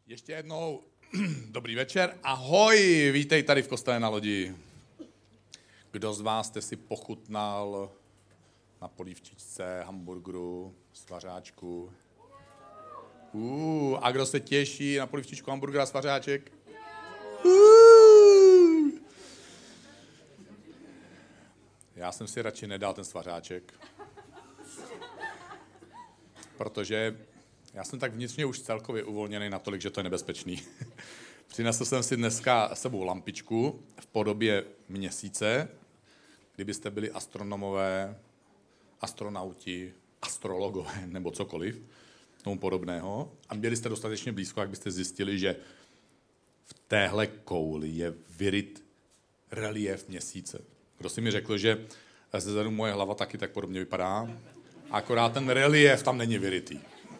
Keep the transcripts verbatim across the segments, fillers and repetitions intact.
Ještě jednou dobrý večer. Ahoj, vítej tady v Kostele na lodi. Kdo z vás jste si pochutnal na polívčičce, hamburgeru, svařáčku? Uh, a kdo se těší na polívčičku, hamburger a svařáček? Uh. Já jsem si radši nedal ten svařáček, protože já jsem tak vnitřně už celkově uvolněný natolik, že to je nebezpečný. Přinesl jsem si dneska sebou lampičku v podobě měsíce. Kdybyste byli astronomové, astronauti, astrologové nebo cokoliv tomu podobného a byli jste dostatečně blízko, jak byste zjistili, že v téhle kouli je vyryt relief měsíce. Kdo si mi řekl, že zezadu moje hlava taky tak podobně vypadá, akorát ten relief tam není vyrytý.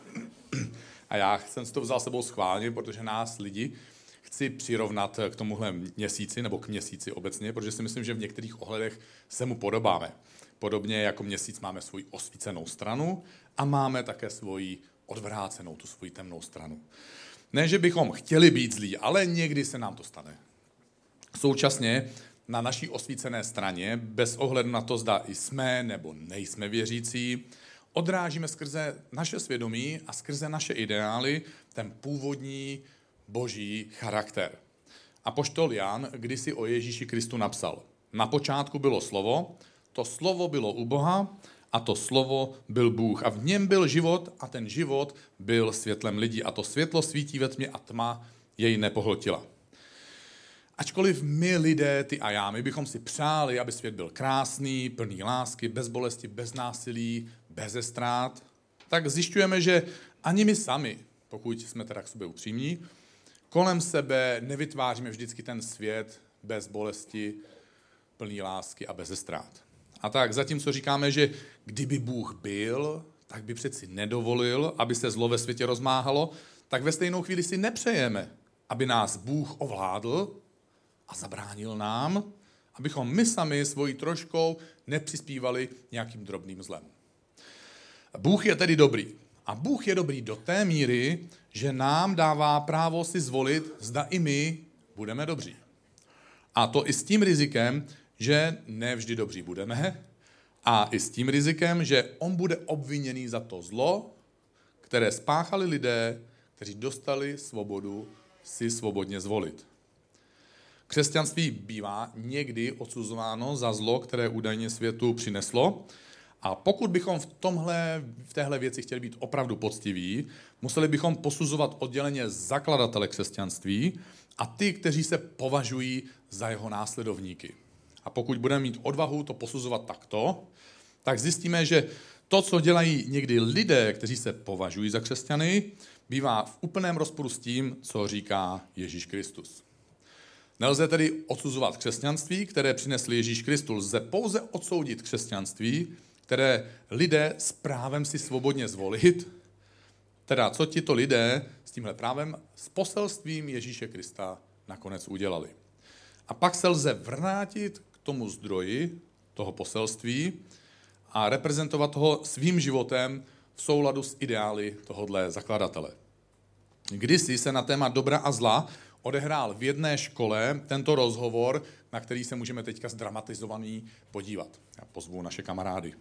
A já jsem si to vzal sebou schválně, protože nás lidi chci přirovnat k tomuhle měsíci, nebo k měsíci obecně, protože si myslím, že v některých ohledech se mu podobáme. Podobně jako měsíc máme svoji osvícenou stranu a máme také svoji odvrácenou, tu svoji temnou stranu. Ne, že bychom chtěli být zlí, ale někdy se nám to stane. Současně na naší osvícené straně, bez ohledu na to, zda jsme nebo nejsme věřící, odrážíme skrze naše svědomí a skrze naše ideály ten původní boží charakter. Apoštol Jan kdysi o Ježíši Kristu napsal: Na počátku bylo slovo, to slovo bylo u Boha a to slovo byl Bůh. A v něm byl život a ten život byl světlem lidí. A to světlo svítí ve tmě a tma jej nepohltila. Ačkoliv my lidé, ty a já, my bychom si přáli, aby svět byl krásný, plný lásky, bez bolesti, bez násilí, bez ztrát, tak zjišťujeme, že ani my sami, pokud jsme teda k sobě upřímní, kolem sebe nevytváříme vždycky ten svět bez bolesti, plný lásky a bez ztrát. A tak zatímco říkáme, že kdyby Bůh byl, tak by přeci nedovolil, aby se zlo ve světě rozmáhalo, tak ve stejnou chvíli si nepřejeme, aby nás Bůh ovládl a zabránil nám, abychom my sami svojí troškou nepřispívali nějakým drobným zlem. Bůh je tedy dobrý. A Bůh je dobrý do té míry, že nám dává právo si zvolit, zda i my budeme dobří. A to i s tím rizikem, že ne vždy dobří budeme, a i s tím rizikem, že on bude obviněný za to zlo, které spáchali lidé, kteří dostali svobodu si svobodně zvolit. Křesťanství bývá někdy odsuzováno za zlo, které údajně světu přineslo. A pokud bychom v, tomhle, v téhle věci chtěli být opravdu poctiví, museli bychom posuzovat odděleně zakladatele křesťanství a ty, kteří se považují za jeho následovníky. A pokud budeme mít odvahu to posuzovat takto, tak zjistíme, že to, co dělají někdy lidé, kteří se považují za křesťany, bývá v úplném rozporu s tím, co říká Ježíš Kristus. Nelze tedy odsuzovat křesťanství, které přinesl Ježíš Kristus. Lze pouze odsoudit křesťanství, které lidé s právem si svobodně zvolit, teda co tito lidé s tímhle právem, s poselstvím Ježíše Krista nakonec udělali. A pak se lze vrátit k tomu zdroji toho poselství a reprezentovat ho svým životem v souladu s ideály tohodle zakladatele. Kdysi se na téma dobra a zla odehrál v jedné škole tento rozhovor, na který se můžeme teďka zdramatizovaný podívat. Já pozvu naše kamarády.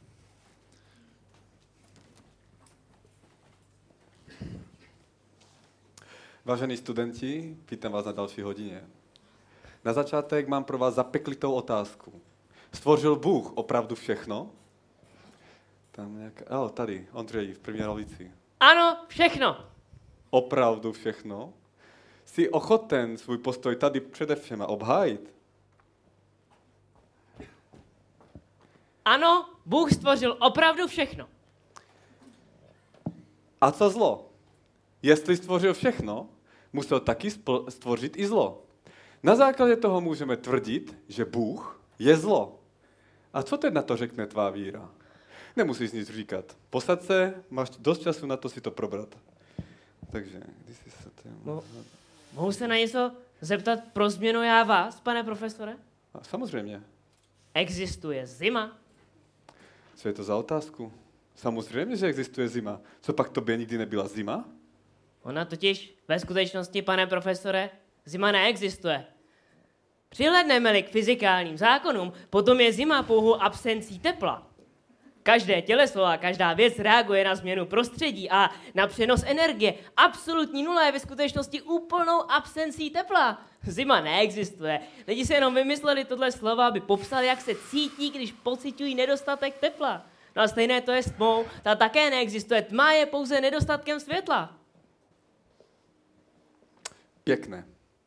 Vážení studenti, vítám vás na další hodině. Na začátek mám pro vás zapeklitou otázku. Stvořil Bůh opravdu všechno? Tam nějak... Oh, tady, Ondřej, v první lavici. Ano, všechno. Opravdu všechno? Jsi ochoten svůj postoj tady přede všema obhájit? Ano, Bůh stvořil opravdu všechno. A co zlo? Jestli stvořil všechno, musel taky stvořit i zlo. Na základě toho můžeme tvrdit, že Bůh je zlo. A co teď na to řekne tvá víra? Nemusíš nic říkat. Posaď se, máš dost času na to si to probrat. Takže, když jsi se tě... Mo- mohu se na něco zeptat pro změnu já vás, pane profesore? A samozřejmě. Existuje zima? Co je to za otázku? Samozřejmě, že existuje zima. Co pak tobě nikdy nebyla zima? Ona totiž ve skutečnosti, pane profesore, zima neexistuje. Přihlédneme-li k fyzikálním zákonům, potom je zima pouhou absencí tepla. Každé těleso a každá věc reaguje na změnu prostředí a na přenos energie. Absolutní nula je ve skutečnosti úplnou absencí tepla. Zima neexistuje. Lidi si jenom vymysleli tohle slova, aby popsali, jak se cítí, když pociťují nedostatek tepla. No a stejné to je s tmou. Ta také neexistuje. Tma je pouze nedostatkem světla. Pěkné.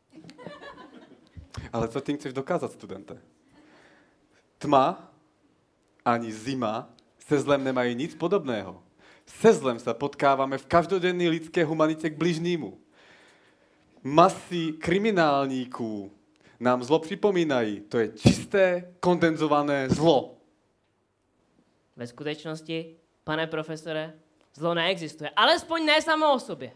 Ale co tím chceš dokázat, studente? Tma ani zima se zlem nemají nic podobného. Se zlem se potkáváme v každodenní lidské humanitě k bližnímu. Masy kriminálníků nám zlo připomínají. To je čisté, kondenzované zlo. Ve skutečnosti, pane profesore, zlo neexistuje. Alespoň ne samo o sobě.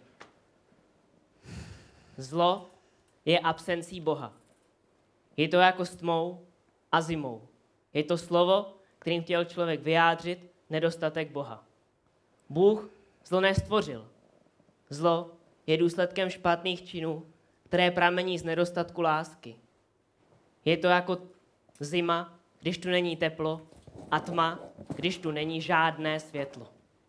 Zlo je absencí Boha. Je to jako s tmou a zimou. Je to slovo, kterým chtěl člověk vyjádřit nedostatek Boha. Bůh zlo nestvořil. Zlo je důsledkem špatných činů, které pramení z nedostatku lásky. Je to jako zima, když tu není teplo, a tma, když tu není žádné světlo.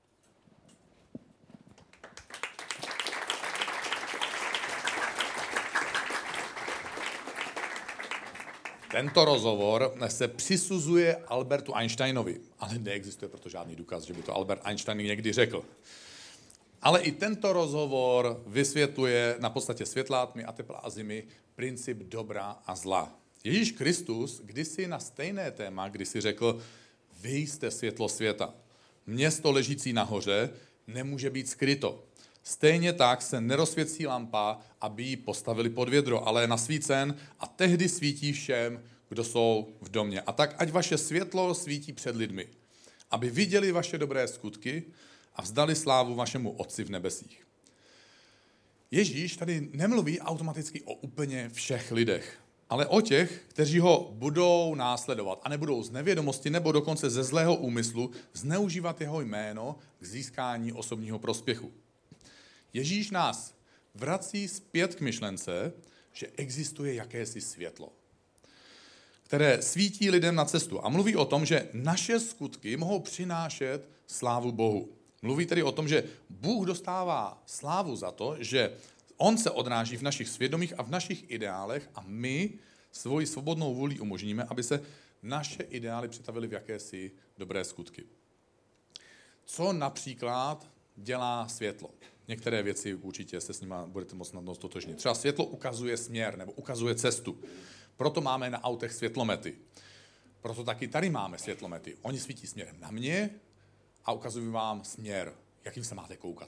Tento rozhovor se přisuzuje Albertu Einsteinovi, ale neexistuje proto žádný důkaz, že by to Albert Einstein někdy řekl. Ale i tento rozhovor vysvětluje na podstatě světla, tmy a tepla a zimy princip dobra a zla. Ježíš Kristus kdysi na stejné téma, kdy si řekl, vy jste světlo světa. Město ležící nahoře nemůže být skryto. Stejně tak se nerozsvěcí lampa, aby ji postavili pod vědro, ale je nasvícen a tehdy svítí všem, kdo jsou v domě. A tak ať vaše světlo svítí před lidmi, aby viděli vaše dobré skutky a vzdali slávu vašemu Otci v nebesích. Ježíš tady nemluví automaticky o úplně všech lidech, ale o těch, kteří ho budou následovat a nebudou z nevědomosti nebo dokonce ze zlého úmyslu zneužívat jeho jméno k získání osobního prospěchu. Ježíš nás vrací zpět k myšlence, že existuje jakési světlo, které svítí lidem na cestu a mluví o tom, že naše skutky mohou přinášet slávu Bohu. Mluví tedy o tom, že Bůh dostává slávu za to, že on se odráží v našich svědomích a v našich ideálech a my svoji svobodnou vůlí umožníme, aby se naše ideály přetavily v jakési dobré skutky. Co například dělá světlo? Některé věci určitě se s nimi budete moct snadno stotožnit. Třeba světlo ukazuje směr nebo ukazuje cestu. Proto máme na autech světlomety. Proto taky tady máme světlomety. Oni svítí směrem na mě a ukazují vám směr, jakým se máte koukat.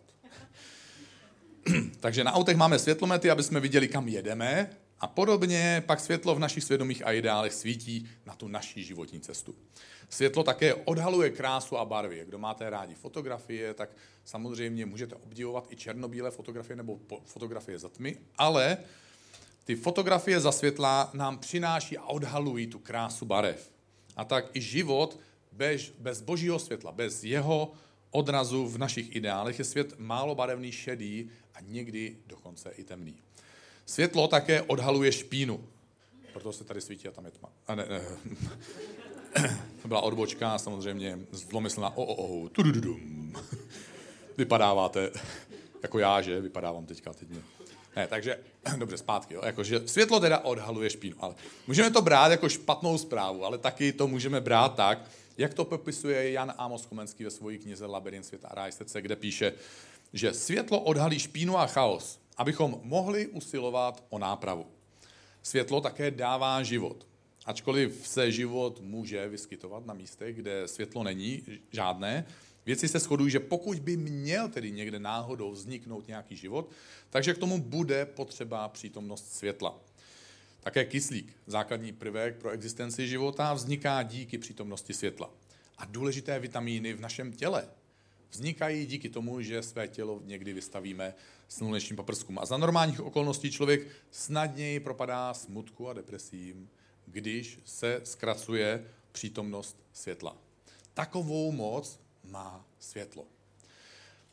Takže na autech máme světlomety, aby jsme viděli, kam jedeme, a podobně pak světlo v našich svědomích a ideálech svítí na tu naši životní cestu. Světlo také odhaluje krásu a barvy. Kdo máte rádi fotografie, tak samozřejmě můžete obdivovat i černobílé fotografie nebo fotografie za tmy, ale ty fotografie za světla nám přináší a odhalují tu krásu barev. A tak i život bez, bez božího světla, bez jeho odrazu v našich ideálech je svět málo barevný, šedý a někdy dokonce i temný. Světlo také odhaluje špínu. Proto se tady svítí a tam je tma. A ne, ne. To byla odbočka, samozřejmě zlomyslná. O, o, o, tudududum. Vypadáváte jako já, že? Vypadávám teďka teď. Ne, takže, dobře, zpátky. Jo? Jakože světlo teda odhaluje špínu. Ale můžeme to brát jako špatnou zprávu, ale taky to můžeme brát tak, jak to popisuje Jan Amos Komenský ve své knize Labyrint světa a ráj srdce, kde píše, že světlo odhalí špínu a chaos, abychom mohli usilovat o nápravu. Světlo také dává život. Ačkoliv se život může vyskytovat na místech, kde světlo není žádné, věci se shodují, že pokud by měl tedy někde náhodou vzniknout nějaký život, takže k tomu bude potřeba přítomnost světla. Také kyslík, základní prvek pro existenci života, vzniká díky přítomnosti světla. A důležité vitamíny v našem těle vznikají díky tomu, že své tělo někdy vystavíme slunečním paprskům. A za normálních okolností člověk snadněji propadá smutku a depresím, když se zkracuje přítomnost světla. Takovou moc má světlo.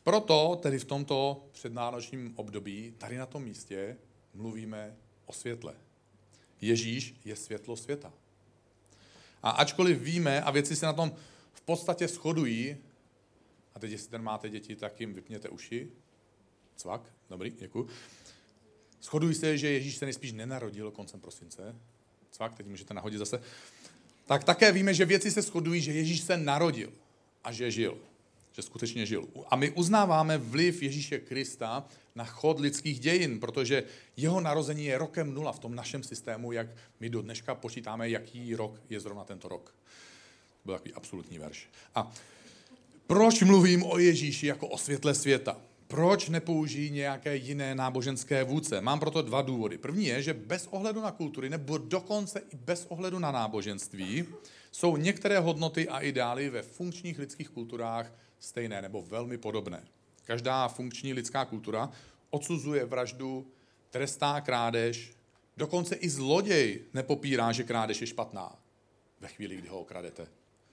Proto tedy v tomto předvánočním období, tady na tom místě, mluvíme o světle. Ježíš je světlo světa. A ačkoliv víme a věci se na tom v podstatě shodují, a teď, jestli ten máte děti, tak jim vypněte uši. Cvak, dobrý, děkuji. Shodují se, že Ježíš se nejspíš nenarodil koncem prosince. Cvak, teď můžete nahodit zase. Tak také víme, že věci se shodují, že Ježíš se narodil a že žil. Že skutečně žil. A my uznáváme vliv Ježíše Krista na chod lidských dějin, protože jeho narození je rokem nula v tom našem systému, jak my do dneška počítáme, jaký rok je zrovna tento rok. To byl takový absolutní verš. A proč mluvím o Ježíši jako o světle světa? Proč nepoužijí nějaké jiné náboženské vůdce? Mám proto dva důvody. První je, že bez ohledu na kultury, nebo dokonce i bez ohledu na náboženství, jsou některé hodnoty a ideály ve funkčních lidských kulturách stejné nebo velmi podobné. Každá funkční lidská kultura odsuzuje vraždu, trestá krádež, dokonce i zloděj nepopírá, že krádež je špatná ve chvíli, kdy ho okradete.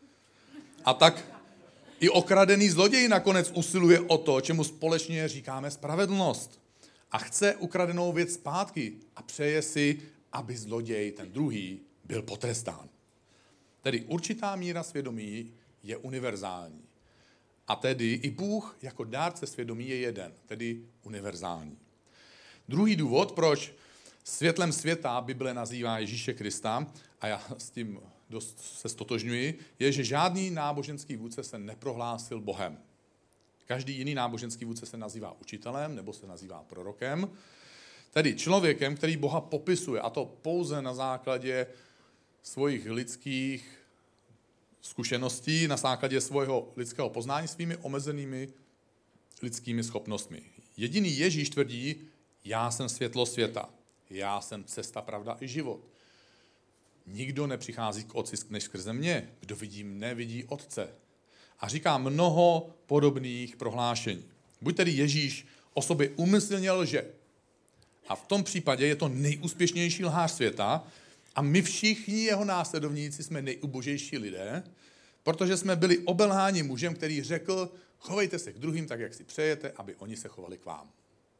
A tak i okradený zloděj nakonec usiluje o to, čemu společně říkáme spravedlnost. A chce ukradenou věc zpátky a přeje si, aby zloděj, ten druhý, byl potrestán. Tedy určitá míra svědomí je univerzální. A tedy i Bůh jako dárce svědomí je jeden, tedy univerzální. Druhý důvod, proč světlem světa Bible nazývá Ježíše Krista, a já s tím dost se stotožňuji, je, že žádný náboženský vůdce se neprohlásil Bohem. Každý jiný náboženský vůdce se nazývá učitelem nebo se nazývá prorokem, tedy člověkem, který Boha popisuje, a to pouze na základě svých lidských zkušeností, na základě svého lidského poznání svými omezenými lidskými schopnostmi. Jediný Ježíš tvrdí, já jsem světlo světa, já jsem cesta, pravda i život. Nikdo nepřichází k Otci než skrze mě. Kdo vidí mne, vidí Otce. A říká mnoho podobných prohlášení. Buď tedy Ježíš o sobě úmyslně lže. A v tom případě je to nejúspěšnější lhář světa a my všichni jeho následovníci jsme nejubožejší lidé, protože jsme byli obelháni mužem, který řekl, chovejte se k druhým tak, jak si přejete, aby oni se chovali k vám.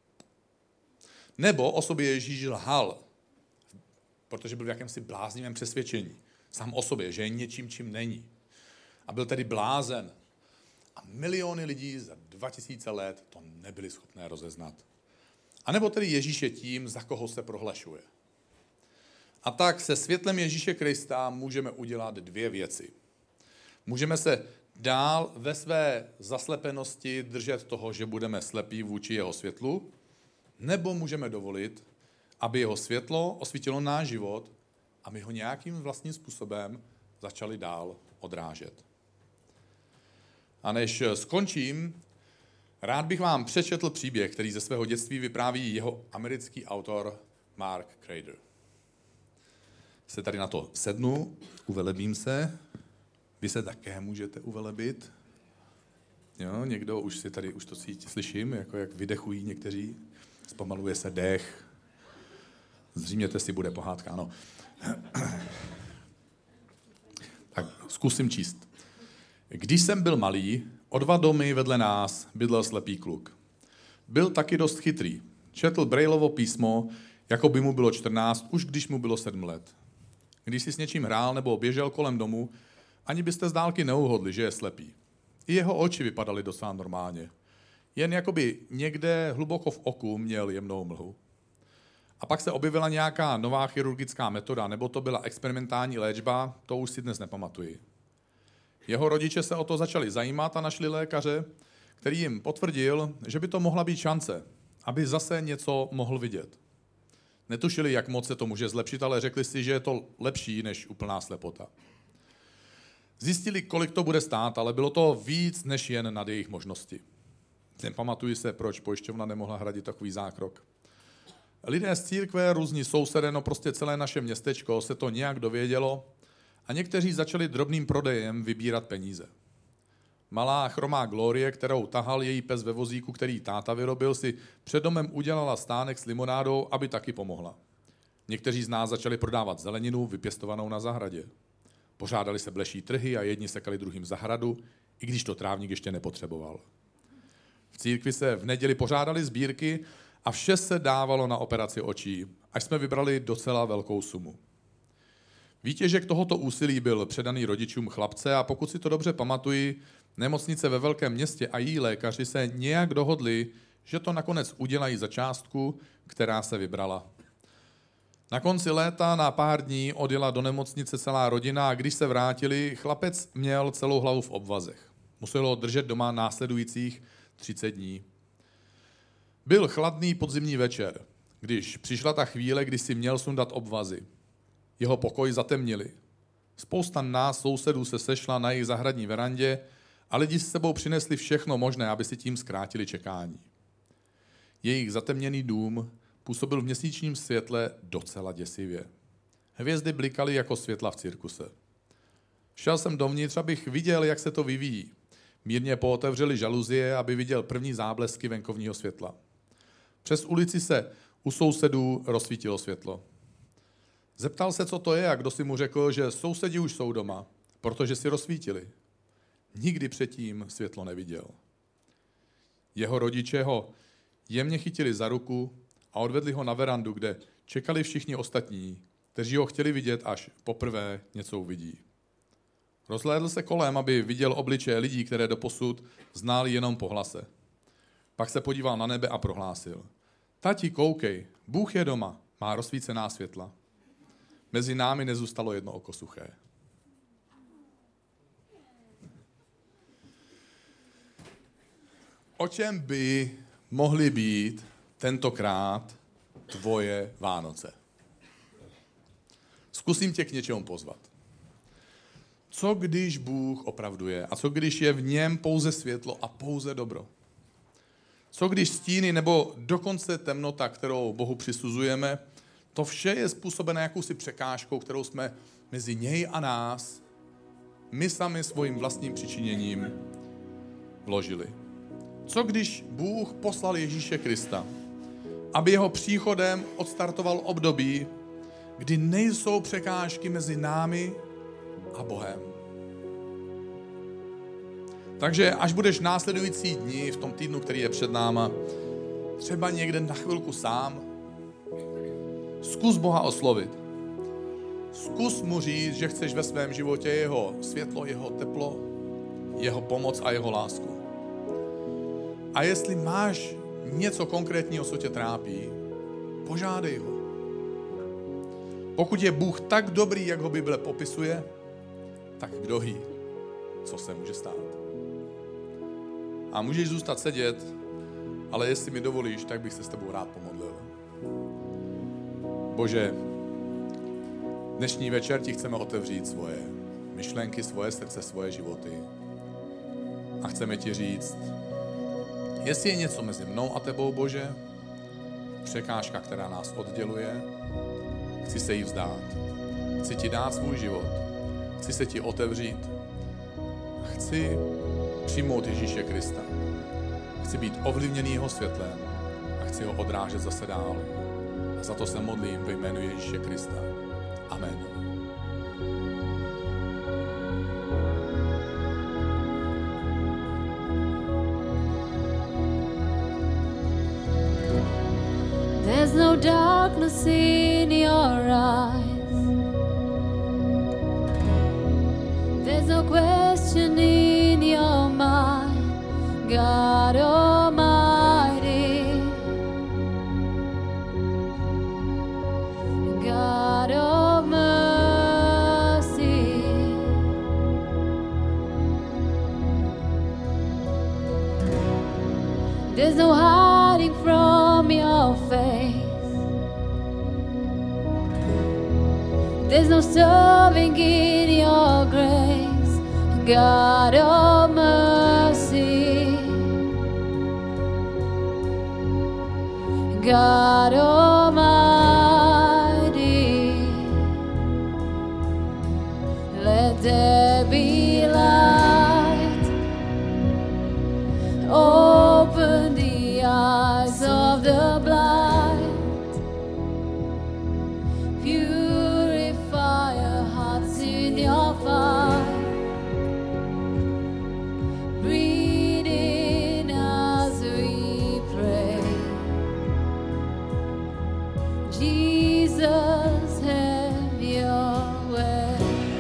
Nebo o sobě Ježíš lhal, protože byl v jakémsi bláznivém přesvědčení. Sám o sobě, že je něčím, čím není. A byl tedy blázen. A miliony lidí za dva tisíce let to nebyli schopné rozeznat. A nebo tedy Ježíš je tím, za koho se prohlašuje. A tak se světlem Ježíše Krista můžeme udělat dvě věci. Můžeme se dál ve své zaslepenosti držet toho, že budeme slepí vůči jeho světlu, nebo můžeme dovolit, aby jeho světlo osvítilo náš život a my ho nějakým vlastním způsobem začali dál odrážet. A než skončím, rád bych vám přečetl příběh, který ze svého dětství vypráví jeho americký autor Mark Crader. Se tady na to sednu, uvelebím se. Vy se také můžete uvelebit. Jo, někdo už si tady, už to cítí, slyším, jako jak vydechují někteří. Zpomaluje se dech. Zřejmě si bude pohádka, ano. Tak zkusím číst. Když jsem byl malý, o dva domy vedle nás bydlel slepý kluk. Byl taky dost chytrý. Četl Braillovo písmo, jako by mu bylo čtrnáct, už když mu bylo sedm let. Když si s něčím hrál nebo běžel kolem domu, ani byste z dálky neuhodli, že je slepý. I jeho oči vypadaly docela normálně. Jen jakoby někde hluboko v oku měl jemnou mlhu. A pak se objevila nějaká nová chirurgická metoda, nebo to byla experimentální léčba, to už si dnes nepamatuji. Jeho rodiče se o to začali zajímat a našli lékaře, který jim potvrdil, že by to mohla být šance, aby zase něco mohl vidět. Netušili, jak moc se to může zlepšit, ale řekli si, že je to lepší než úplná slepota. Zjistili, kolik to bude stát, ale bylo to víc než jen nad jejich možnosti. Nepamatuji se, proč pojišťovna nemohla hradit takový zákrok. Lidé z církve, různí sousedé, no prostě celé naše městečko se to nějak dovědělo a někteří začali drobným prodejem vybírat peníze. Malá chromá Glorie, kterou tahal její pes ve vozíku, který táta vyrobil, si před domem udělala stánek s limonádou, aby taky pomohla. Někteří z nás začali prodávat zeleninu vypěstovanou na zahradě. Pořádali se bleší trhy a jedni sekali druhým zahradu, i když to trávník ještě nepotřeboval. V církvi se v neděli pořádaly sbírky a vše se dávalo na operaci očí, až jsme vybrali docela velkou sumu. Výtěžek tohoto úsilí byl předaný rodičům chlapce a pokud si to dobře pamatuji, nemocnice ve velkém městě a její lékaři se nějak dohodli, že to nakonec udělají za částku, která se vybrala. Na konci léta na pár dní odjela do nemocnice celá rodina a když se vrátili, chlapec měl celou hlavu v obvazech. Musel ho držet doma následujících třicet dní. Byl chladný podzimní večer, když přišla ta chvíle, kdy si měl sundat obvazy. Jeho pokoj zatemnili. Spousta nás sousedů se sešla na jejich zahradní verandě a lidi s sebou přinesli všechno možné, aby si tím zkrátili čekání. Jejich zatemněný dům působil v měsíčním světle docela děsivě. Hvězdy blikaly jako světla v cirkuse. Šel jsem dovnitř, abych viděl, jak se to vyvíjí. Mírně pootevřeli žaluzie, aby viděl první záblesky venkovního světla. Přes ulici se u sousedů rozsvítilo světlo. Zeptal se, co to je, a kdo si mu řekl, že sousedi už jsou doma, protože si rozsvítili. Nikdy předtím světlo neviděl. Jeho rodiče ho jemně chytili za ruku a odvedli ho na verandu, kde čekali všichni ostatní, kteří ho chtěli vidět, až poprvé něco uvidí. Rozhlédl se kolem, aby viděl obličeje lidí, které doposud znali jenom po hlase. Pak se podíval na nebe a prohlásil: Tati, koukej, Bůh je doma, má rozsvícená světla. Mezi námi nezůstalo jedno oko suché. O čem by mohly být tentokrát tvoje Vánoce? Zkusím tě k něčemu pozvat. Co když Bůh opravdu je? A co když je v něm pouze světlo a pouze dobro? Co když stíny nebo dokonce temnota, kterou Bohu přisuzujeme, to vše je způsobené jakousi překážkou, kterou jsme mezi něj a nás, my sami svým vlastním přičiněním vložili? Co když Bůh poslal Ježíše Krista, aby jeho příchodem odstartoval období, kdy nejsou překážky mezi námi a Bohem? Takže až budeš následující dní v tom týdnu, který je před náma, třeba někde na chvilku sám, zkus Boha oslovit. Zkus mu říct, že chceš ve svém životě jeho světlo, jeho teplo, jeho pomoc a jeho lásku. A jestli máš něco konkrétního, co tě trápí, požádej ho. Pokud je Bůh tak dobrý, jak ho Bible popisuje, tak kdo ví, co se může stát. A můžeš zůstat sedět, ale jestli mi dovolíš, tak bych se s tebou rád pomodlil. Bože, dnešní večer ti chceme otevřít svoje myšlenky, svoje srdce, svoje životy. A chceme ti říct, jestli je něco mezi mnou a tebou, Bože, překážka, která nás odděluje, chci se jí vzdát. Chci ti dát svůj život. Chci se ti otevřít. A chci přijmout Ježíše Krista. Chci být ovlivněný jeho světlem a chci ho odrážet zase dál. A za to se modlím ve jménu Ježíše Krista. Amen. There's no darkness in your eyes. There's no question in your mind. God Almighty, God of mercy, there's no hiding from your face. There's no serving in your grace, God of mercy, God Almighty. Let there be light. Open the eyes of the blind. Purify our hearts in your fire. Breathe in us Jesus, have your way.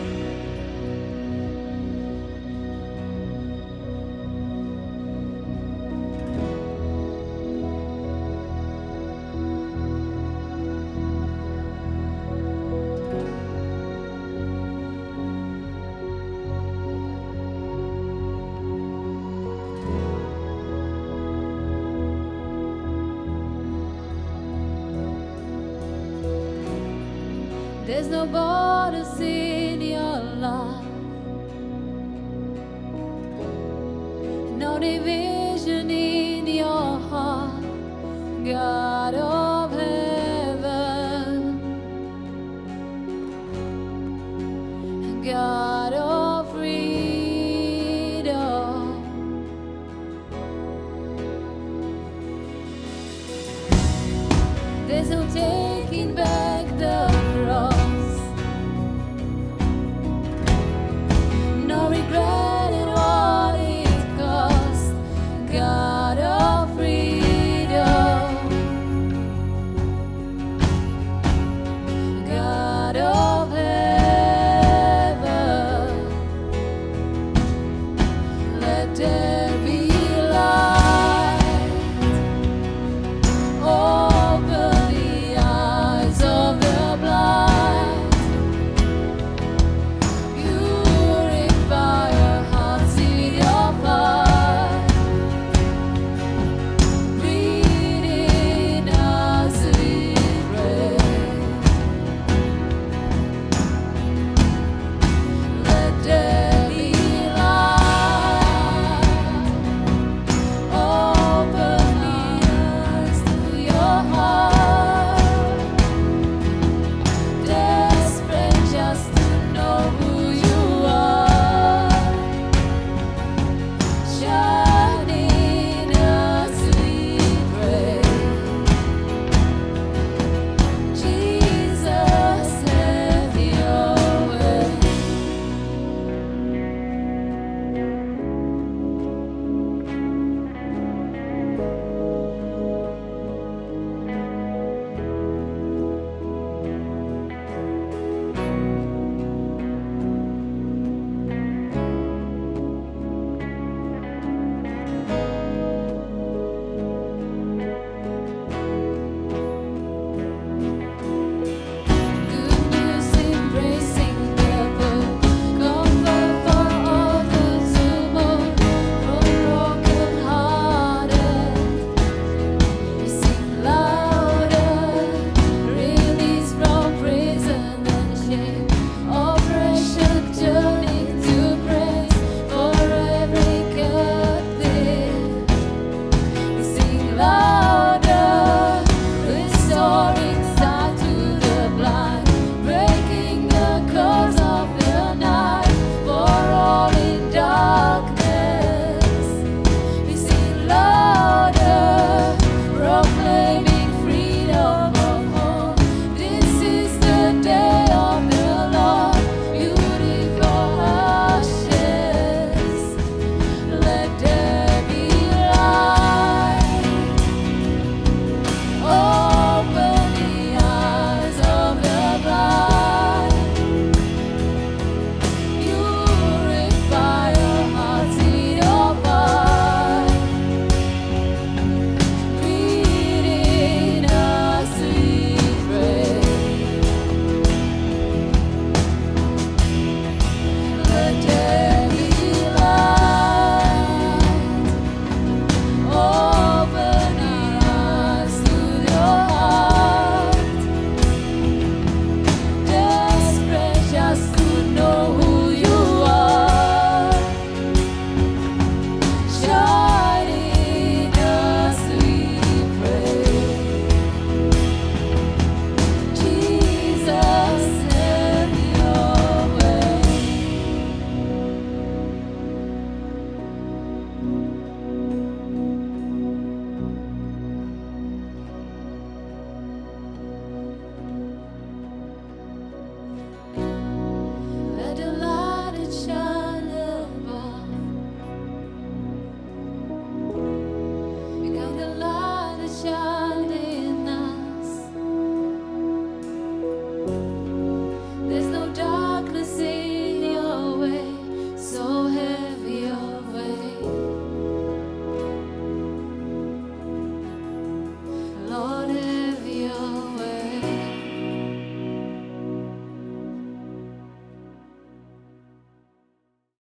There's no borders in your love, no division in your heart, God of heaven, God of freedom. There's no taking back